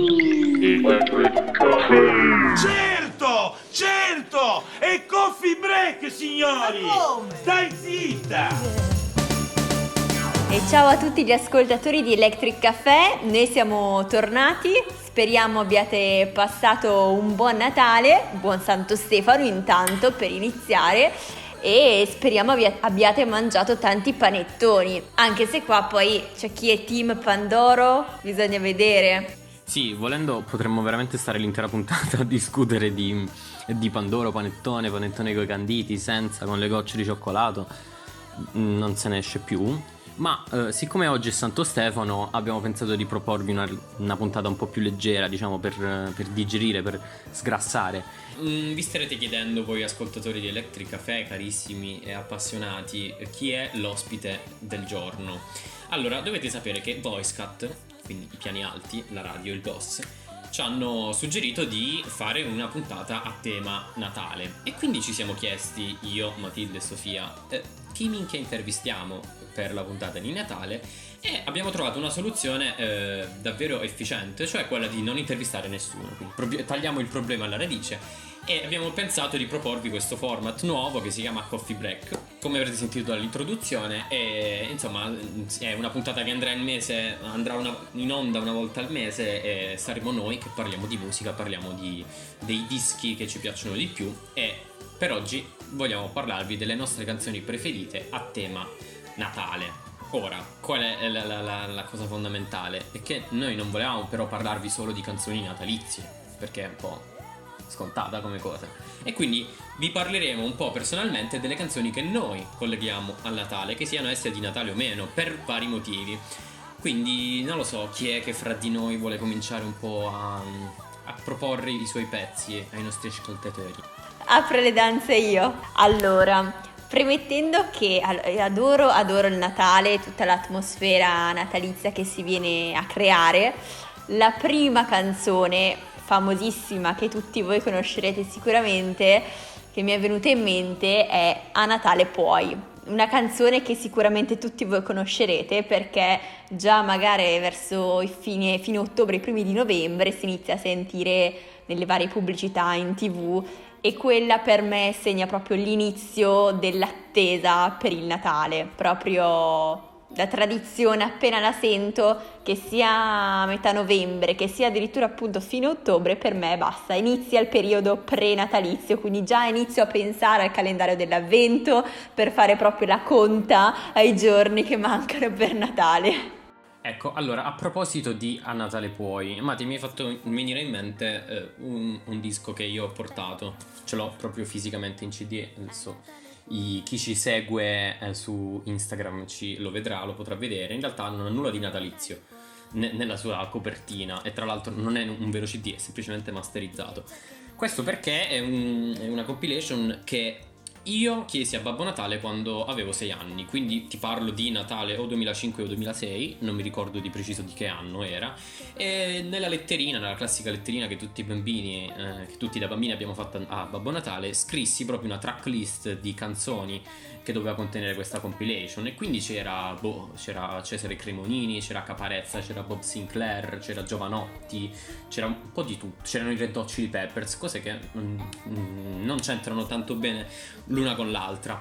Electric Cafe. Certo! È coffee break, signori! Ma come? Stai zitta! E ciao a tutti gli ascoltatori di Electric Cafe, noi siamo tornati, speriamo abbiate passato un buon Natale, buon Santo Stefano intanto per iniziare, e speriamo abbiate mangiato tanti panettoni, anche se qua poi c'è chi è team Pandoro, bisogna vedere. Sì, volendo potremmo veramente stare l'intera puntata a discutere di Pandoro, panettone coi canditi, senza, con le gocce di cioccolato, non se ne esce più. Ma siccome oggi è Santo Stefano, abbiamo pensato di proporvi una puntata un po' più leggera, diciamo, per digerire, per sgrassare. Vi starete chiedendo voi ascoltatori di Electric Cafe, carissimi e appassionati, chi è l'ospite del giorno. Allora, dovete sapere che VoiceCat, quindi i piani alti, la radio, il boss, ci hanno suggerito di fare una puntata a tema Natale. E quindi ci siamo chiesti, io, Matilde e Sofia, chi minchia intervistiamo per la puntata di Natale, e abbiamo trovato una soluzione davvero efficiente, cioè quella di non intervistare nessuno. Quindi tagliamo il problema alla radice e abbiamo pensato di proporvi questo format nuovo che si chiama Coffee Break. Come avrete sentito dall'introduzione, insomma, è una puntata che andrà in onda una volta al mese, e saremo noi che parliamo di musica, parliamo dei dischi che ci piacciono di più, e per oggi vogliamo parlarvi delle nostre canzoni preferite a tema Natale. Ora, qual è la cosa fondamentale? È che noi non volevamo però parlarvi solo di canzoni natalizie, perché è un po' scontata come cosa, e quindi vi parleremo un po' personalmente delle canzoni che noi colleghiamo al Natale, che siano esse di Natale o meno, per vari motivi. Quindi non lo so chi è che fra di noi vuole cominciare un po' a proporre i suoi pezzi ai nostri ascoltatori. Apro le danze io. Allora, premettendo che adoro il Natale, tutta l'atmosfera natalizia che si viene a creare, la prima canzone famosissima che tutti voi conoscerete sicuramente, che mi è venuta in mente, è A Natale Puoi, una canzone che sicuramente tutti voi conoscerete, perché già magari verso il fine ottobre, i primi di novembre, si inizia a sentire nelle varie pubblicità in TV, e quella per me segna proprio l'inizio dell'attesa per il Natale, proprio la tradizione. Appena la sento, che sia a metà novembre, che sia addirittura appunto fine ottobre, per me basta, inizia il periodo pre-natalizio, quindi già inizio a pensare al calendario dell'avvento per fare proprio la conta ai giorni che mancano per Natale. Ecco, allora, a proposito di A Natale Puoi, Mati, mi hai fatto venire in mente un disco che io ho portato, ce l'ho proprio fisicamente in CD, adesso chi ci segue su Instagram lo vedrà, lo potrà vedere. In realtà non ha nulla di natalizio nella sua copertina, e tra l'altro non è un vero CD, è semplicemente masterizzato. Questo perché è una compilation che io chiesi a Babbo Natale quando avevo 6 anni, quindi ti parlo di Natale o 2005 o 2006, non mi ricordo di preciso di che anno era, e nella letterina, nella classica letterina che tutti i bambini, che tutti da bambini abbiamo fatto a Babbo Natale, scrissi proprio una tracklist di canzoni che doveva contenere questa compilation, e quindi c'era Cesare Cremonini, c'era Caparezza, c'era Bob Sinclair, c'era Giovanotti, c'era un po' di tutto, c'erano i Red Hot Chili Peppers, cose che non c'entrano tanto bene l'una con l'altra,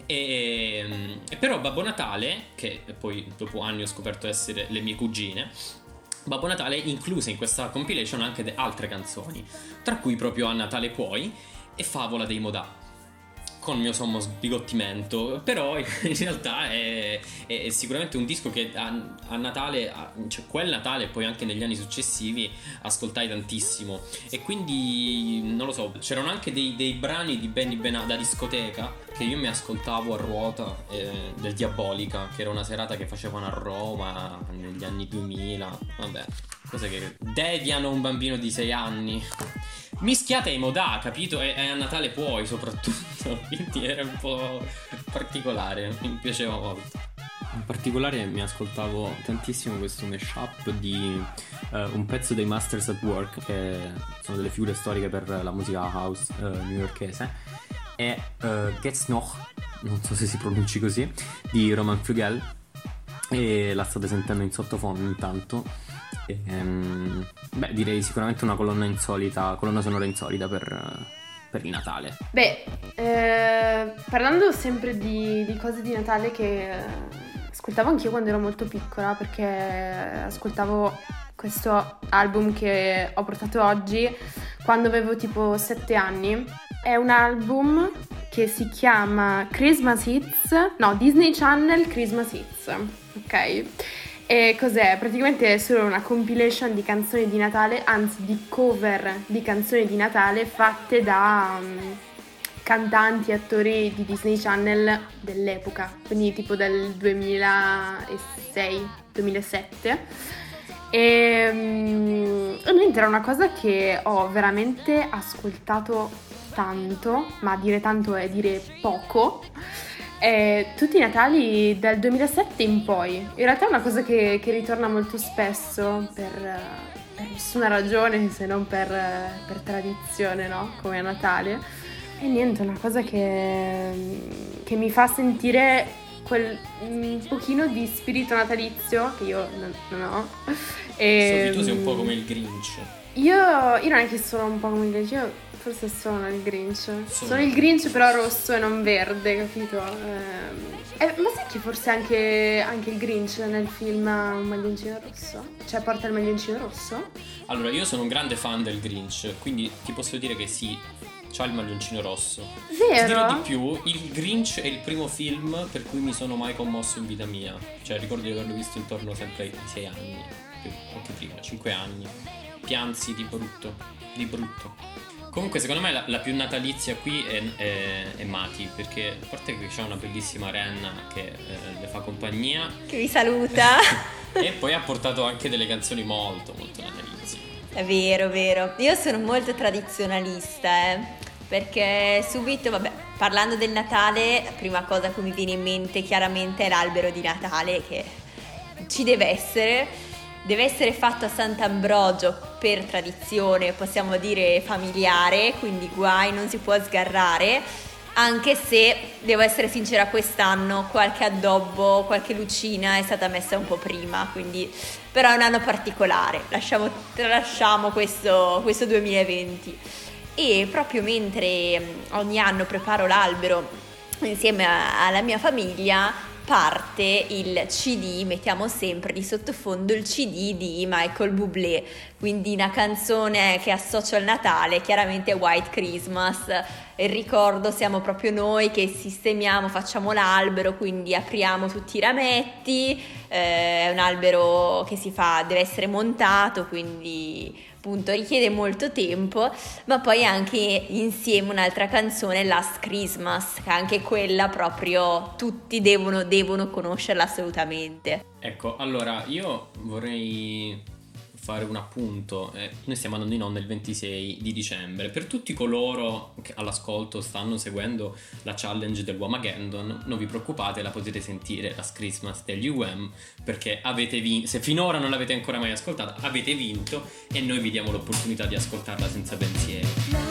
e però Babbo Natale, che poi dopo anni ho scoperto essere le mie cugine, Babbo Natale incluse in questa compilation anche altre canzoni, tra cui proprio A Natale Puoi e Favola dei Modà, con mio sommo sbigottimento. Però in realtà è sicuramente un disco che a Natale, cioè quel Natale e poi anche negli anni successivi, ascoltai tantissimo, e quindi non lo so, c'erano anche dei brani di Benny Benassi da discoteca che io mi ascoltavo a ruota, del Diabolica, che era una serata che facevano a Roma negli anni 2000, vabbè, cose che deviano un bambino di 6 anni. Mischiate ai Modà, capito? E a Natale Puoi soprattutto, quindi era un po' particolare, mi piaceva molto. In particolare mi ascoltavo tantissimo questo mashup di un pezzo dei Masters at Work, che sono delle figure storiche per la musica house newyorkese, e Geht's noch, non so se si pronunci così, di Roman Flugel, e la state sentendo in sottofondo intanto. Direi sicuramente una colonna sonora insolita per il Natale. Parlando sempre di cose di Natale che ascoltavo anch'io quando ero molto piccola, perché ascoltavo questo album che ho portato oggi quando avevo tipo 7 anni. È un album che si chiama Christmas Hits, no, Disney Channel Christmas Hits, ok? E cos'è? Praticamente è solo una compilation di canzoni di Natale, anzi di cover di canzoni di Natale fatte da cantanti e attori di Disney Channel dell'epoca, quindi tipo del 2006-2007. E niente, era una cosa che ho veramente ascoltato tanto, ma dire tanto è dire poco, tutti i Natali dal 2007 in poi. In realtà è una cosa che ritorna molto spesso per nessuna ragione se non per tradizione, no? Come a Natale. E niente, è una cosa che mi fa sentire quel pochino di spirito natalizio che io non ho. E tu sei un po' come il Grinch. Io non è che sono un po' come il Grinch, io forse sono il Grinch. Sono il Grinch però rosso e non verde, capito? Ma sai che forse anche il Grinch nel film ha un maglioncino rosso? Cioè porta il maglioncino rosso? Allora, io sono un grande fan del Grinch, quindi ti posso dire che sì, c'ha il maglioncino rosso. Vero? Ti dirò di più, il Grinch è il primo film per cui mi sono mai commosso in vita mia. Cioè ricordo di averlo visto intorno sempre ai 6 anni, anche prima, 5 anni. Piansi di brutto. Comunque secondo me la più natalizia qui è Mati, perché a parte che c'è una bellissima renna che le fa compagnia, che vi saluta. E poi ha portato anche delle canzoni molto molto natalizie. È vero. Io sono molto tradizionalista, perché subito, parlando del Natale, la prima cosa che mi viene in mente chiaramente è l'albero di Natale, che ci deve essere fatto a Sant'Ambrogio per tradizione, possiamo dire familiare, quindi guai, non si può sgarrare, anche se devo essere sincera, quest'anno qualche addobbo, qualche lucina è stata messa un po' prima, quindi però è un anno particolare, tralasciamo questo 2020. E proprio mentre ogni anno preparo l'albero insieme alla mia famiglia, parte il CD, mettiamo sempre di sottofondo il CD di Michael Bublé, quindi una canzone che associo al Natale, chiaramente White Christmas. Il ricordo siamo proprio noi che sistemiamo, facciamo l'albero, quindi apriamo tutti i rametti, è un albero che deve essere montato, quindi appunto richiede molto tempo, ma poi anche insieme un'altra canzone, Last Christmas, che anche quella proprio tutti devono conoscerla assolutamente. Ecco, allora io vorrei fare un appunto. Noi stiamo andando in onda il 26 di dicembre. Per tutti coloro che all'ascolto stanno seguendo la challenge del Whamageddon, non vi preoccupate, la potete sentire Last Christmas degli UM, perché avete vinto. Se finora non l'avete ancora mai ascoltata, avete vinto e noi vi diamo l'opportunità di ascoltarla senza pensieri.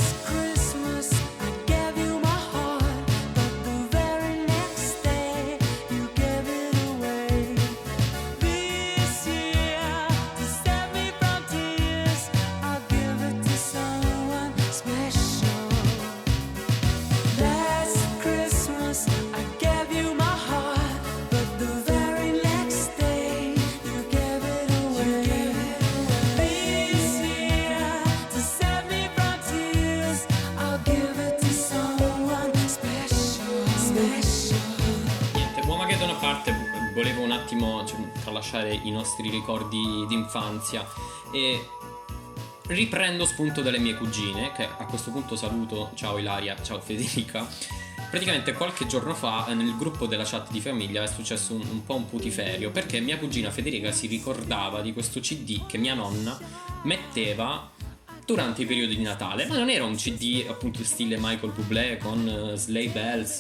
Volevo un attimo tralasciare i nostri ricordi d'infanzia e riprendo spunto dalle mie cugine, che a questo punto saluto. Ciao Ilaria, ciao Federica. Praticamente qualche giorno fa nel gruppo della chat di famiglia è successo un po' un putiferio, perché mia cugina Federica si ricordava di questo CD che mia nonna metteva durante i periodi di Natale, ma non era un CD appunto stile Michael Bublé con Sleigh Bells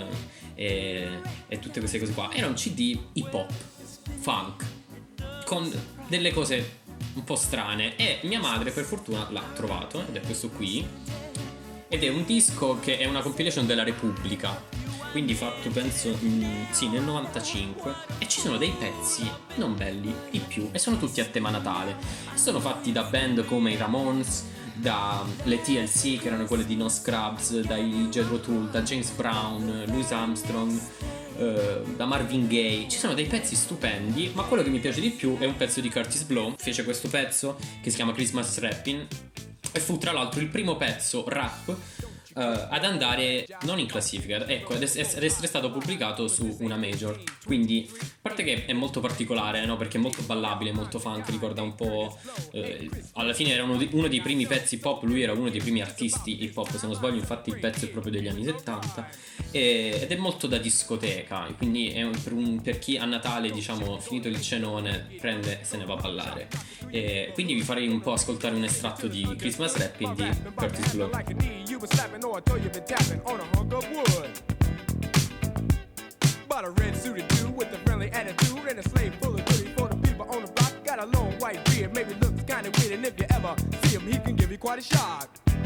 e tutte queste cose qua. Era un CD hip hop, funk, con delle cose un po' strane, e mia madre per fortuna l'ha trovato, ed è questo qui, ed è un disco che è una compilation della Repubblica. quindi fatto penso sì, nel 95, e ci sono dei pezzi non belli di più e sono tutti a tema Natale. Sono fatti da band come i Ramones, da le TLC che erano quelle di No Scrubs, dai Jethro Tull, da James Brown, Louis Armstrong, da Marvin Gaye. Ci sono dei pezzi stupendi, ma quello che mi piace di più è un pezzo di Curtis Blow. Fece questo pezzo che si chiama Christmas Rappin' e fu tra l'altro il primo pezzo rap ad andare non in classifica, ecco, ad essere stato pubblicato su una major. Quindi, a parte che è molto particolare, no? Perché è molto ballabile, molto funk, ricorda un po'. Alla fine era uno dei primi pezzi hip hop, lui era uno dei primi artisti hip hop, se non sbaglio, infatti il pezzo è proprio degli anni 70 ed è molto da discoteca. Quindi è per chi a Natale, diciamo, finito il cenone, prende e se ne va a ballare. Quindi vi farei un po' ascoltare un estratto di Christmas Rapping di Curtis Blow. Or I thought you been tapping on a hunk of wood. Bought a red suited dude with a friendly attitude and a sleigh full of goodies for the people on the block. Got a long white beard, maybe looks kinda weird, and if you ever see him, he can give you quite a shock.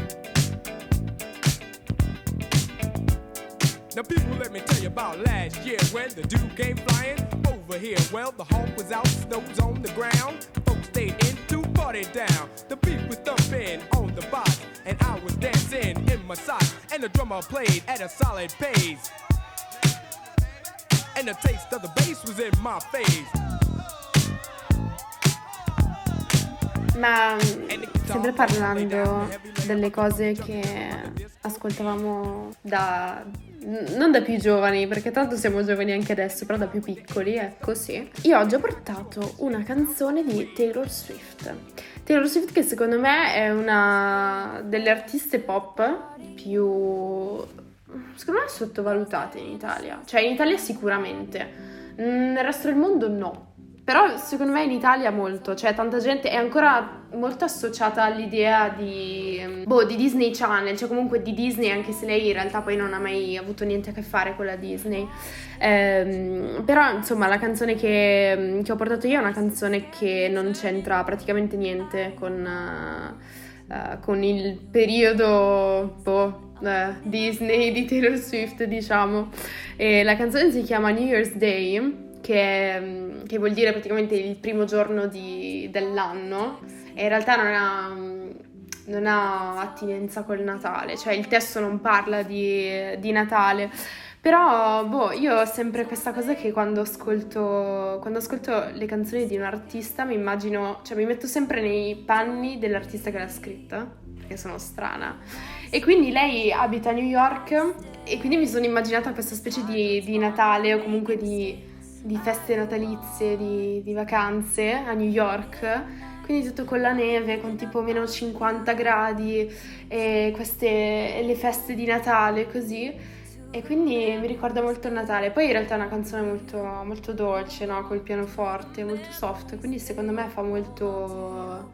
Now people, let me tell you about last year when the dude came flying over here. Well, the hawk was out, snow's on the ground. Folks stayed in to party down. The beat was thumping on the box, and I was dancing in my socks. And the drummer played at a solid pace, and the taste of the bass was in my face. Ma sempre parlando delle cose che ascoltavamo non da più giovani, perché tanto siamo giovani anche adesso, però da più piccoli, ecco, sì. Io oggi ho portato una canzone di Taylor Swift. Taylor Swift, che secondo me è una delle artiste pop più, secondo me, sottovalutate in Italia. Cioè in Italia sicuramente, nel resto del mondo no. Però secondo me in Italia molto, cioè tanta gente è ancora molto associata all'idea di Disney Channel, cioè comunque di Disney, anche se lei in realtà poi non ha mai avuto niente a che fare con la Disney. Però insomma la canzone che ho portato io è una canzone che non c'entra praticamente niente con il periodo Disney di Taylor Swift, diciamo. E la canzone si chiama New Year's Day, che vuol dire praticamente il primo giorno dell'anno, e in realtà non ha attinenza col Natale, cioè il testo non parla di Natale. Però io ho sempre questa cosa che quando ascolto le canzoni di un artista mi immagino, cioè mi metto sempre nei panni dell'artista che l'ha scritta, perché sono strana. E quindi lei abita a New York e quindi mi sono immaginata questa specie di Natale, o comunque di feste natalizie, di vacanze a New York, quindi tutto con la neve, con tipo meno 50 gradi e le feste di Natale così, e quindi mi ricorda molto il Natale. Poi in realtà è una canzone molto, molto dolce, no? Col pianoforte, molto soft, quindi secondo me fa molto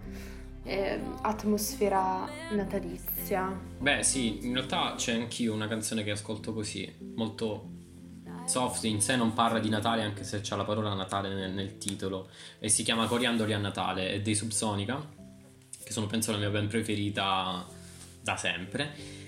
atmosfera natalizia. Beh sì, in realtà c'è anch'io una canzone che ascolto così, molto soft, in sé non parla di Natale, anche se c'ha la parola Natale nel titolo, e si chiama Coriandoli a Natale, è dei Subsonica, che sono penso la mia band preferita da sempre,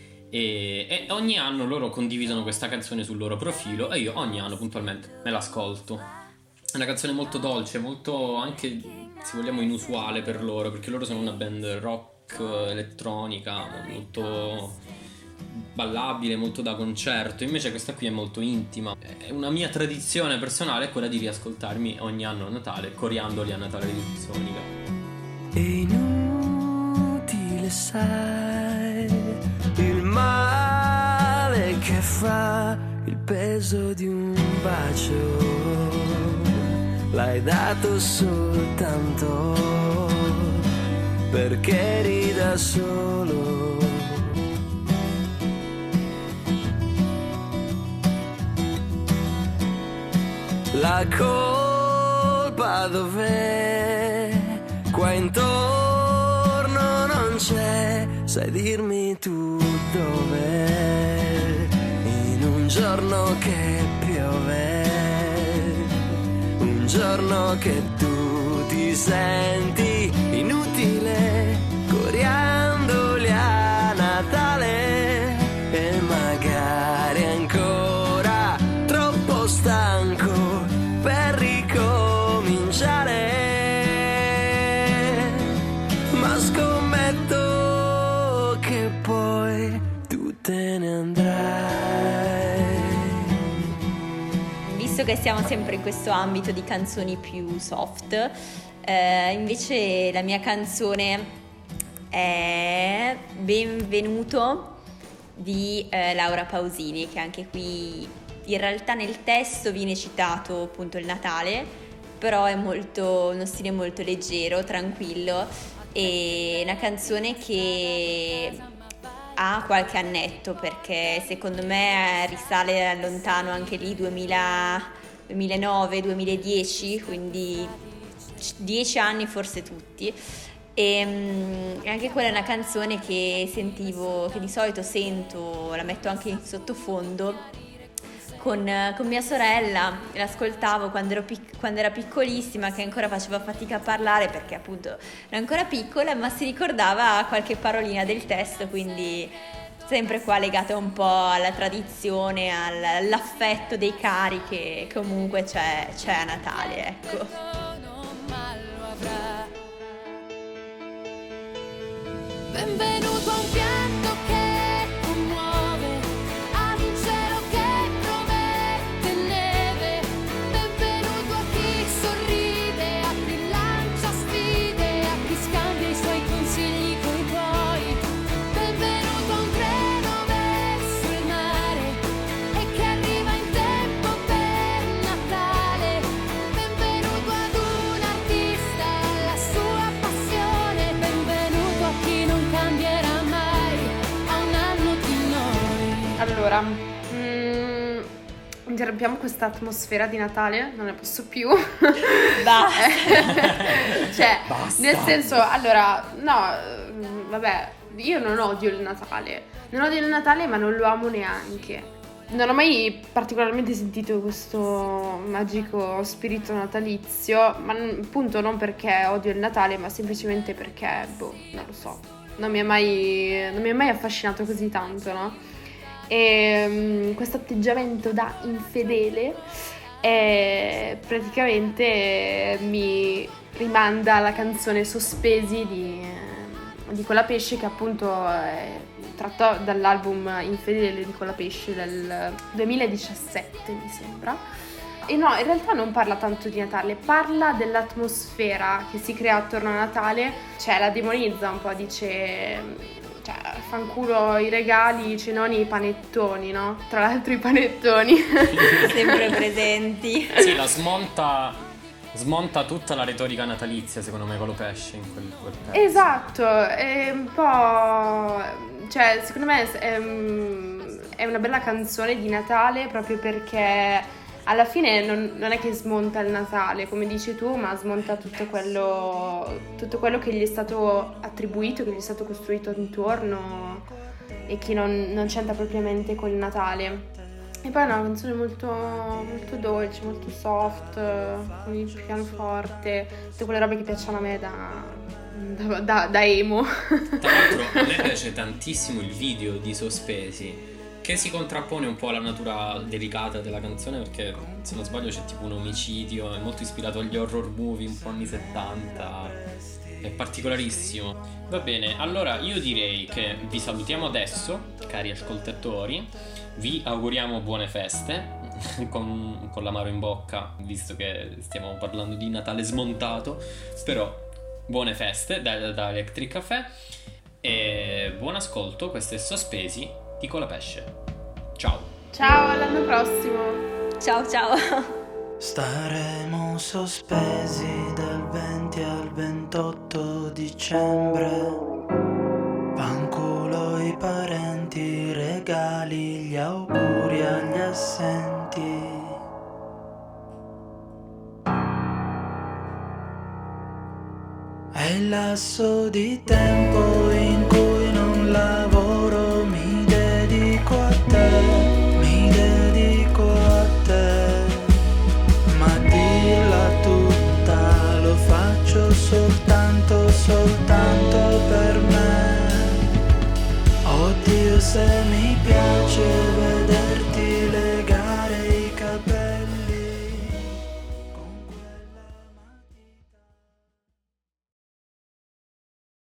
e ogni anno loro condividono questa canzone sul loro profilo e io ogni anno puntualmente me l'ascolto. È una canzone molto dolce, molto anche, se vogliamo, inusuale per loro, perché loro sono una band rock elettronica molto ballabile, molto da concerto. Invece questa qui è molto intima. È una mia tradizione personale quella di riascoltarmi ogni anno a Natale Coriandoli a Natale di Subsonica. È inutile, sai, il male che fa il peso di un bacio, l'hai dato soltanto perché eri da solo. La colpa dov'è? Qua intorno non c'è, sai dirmi tu dov'è? In un giorno che piove, un giorno che tu ti senti inutile, coriandoli a Natale, e magari ancora visto che siamo sempre in questo ambito di canzoni più soft, invece la mia canzone è Benvenuto di Laura Pausini, che anche qui in realtà nel testo viene citato appunto il Natale, però è uno stile molto leggero, tranquillo, e una canzone che ha qualche annetto, perché secondo me risale lontano anche lì 2009, 2010, quindi 10 anni forse tutti. E anche quella è una canzone che sentivo, che di solito sento, la metto anche in sottofondo con mia sorella, l'ascoltavo quando era piccolissima, che ancora faceva fatica a parlare perché appunto era ancora piccola, ma si ricordava qualche parolina del testo, quindi sempre qua legata un po' alla tradizione, all'affetto dei cari che comunque c'è a Natale, ecco. Benvenuto a un pianto che commuove, ad un cielo che promette neve. Benvenuto a chi sorride, a chi lancia sfide, a chi scambia i suoi consigli coi tuoi. Benvenuto a un treno verso il mare e che arriva in tempo per Natale. Benvenuto ad un artista, alla sua passione. Benvenuto a chi non cambierà mai, a un anno di noi. Allora, interrompiamo questa atmosfera di Natale, non ne posso più. Basta. Cioè, Basta. nel senso, allora, no, vabbè, io non odio il Natale. Non odio il Natale, ma non lo amo neanche. Non ho mai particolarmente sentito questo magico spirito natalizio, ma appunto non perché odio il Natale, ma semplicemente perché, non lo so, non mi è mai affascinato così tanto, no? E questo atteggiamento da infedele praticamente mi rimanda alla canzone Sospesi di Colapesce, che appunto è tratto dall'album Infedele di Colapesce del 2017, mi sembra. E no, in realtà non parla tanto di Natale, parla dell'atmosfera che si crea attorno a Natale, cioè la demonizza un po', dice, cioè, fanculo i regali, i cenoni, i panettoni, no? Tra l'altro i panettoni. Sempre presenti. Sì, la smonta tutta la retorica natalizia, secondo me, Colapesce in quel pezzo. Esatto, è un po', cioè, secondo me è una bella canzone di Natale, proprio perché alla fine non è che smonta il Natale, come dici tu, ma smonta tutto quello che gli è stato attribuito, che gli è stato costruito intorno e che non c'entra propriamente col Natale. E poi è una canzone molto, molto dolce, molto soft, con il pianoforte, tutte quelle robe che piacciono a me da emo. Tra l'altro a me piace tantissimo il video di Sospesi, che si contrappone un po' alla natura delicata della canzone, perché se non sbaglio c'è tipo un omicidio, è molto ispirato agli horror movie un po' anni 70, è particolarissimo. Va bene, allora io direi che vi salutiamo adesso, cari ascoltatori, vi auguriamo buone feste con l'amaro in bocca, visto che stiamo parlando di Natale smontato, però buone feste da Electric Café e buon ascolto. Questo è Sospesi di Colapesce. Ciao. Ciao, all'anno prossimo. Ciao ciao. Staremo sospesi dal 20 al 28 dicembre. Fanculo i parenti, i regali, gli auguri agli assenti. È il lasso di tempo in cui non lavoro, mi dedico a te, mi dedico a te. Ma dirla tutta lo faccio soltanto per me. Oddio se mi piace.